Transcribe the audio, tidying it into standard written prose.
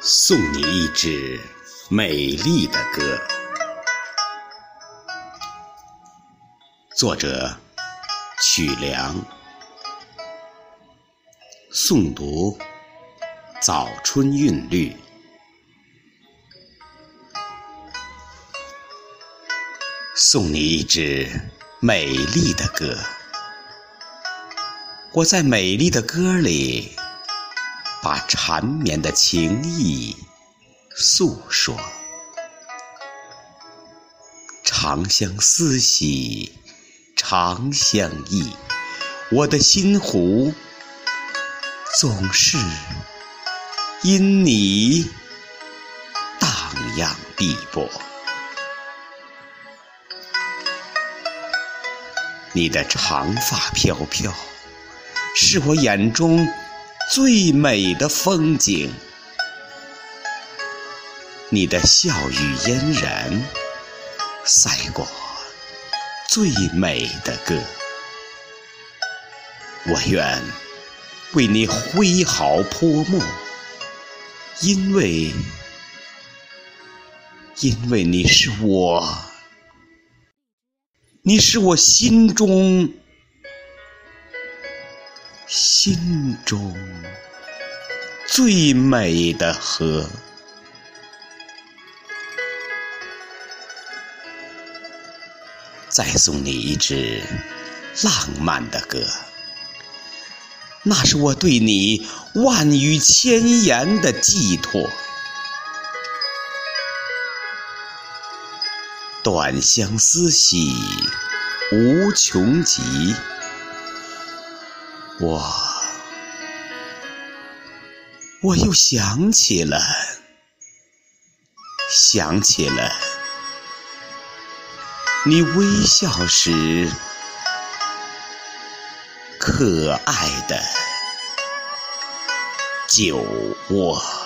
送你一支美丽的歌。作者曲梁，诵读早春韵律。送你一支美丽的歌，我在美丽的歌里把缠绵的情意诉说，长相思兮长相忆，我的心湖总是因你荡漾碧波。你的长发飘飘，是我眼中最美的风景，你的笑语嫣然，赛过最美的歌。我愿为你挥毫泼墨，因为你是我心中最美的河。再送你一支浪漫的歌，那是我对你万语千言的寄托。短相思兮无穷极，我又想起了你微笑时可爱的酒窝。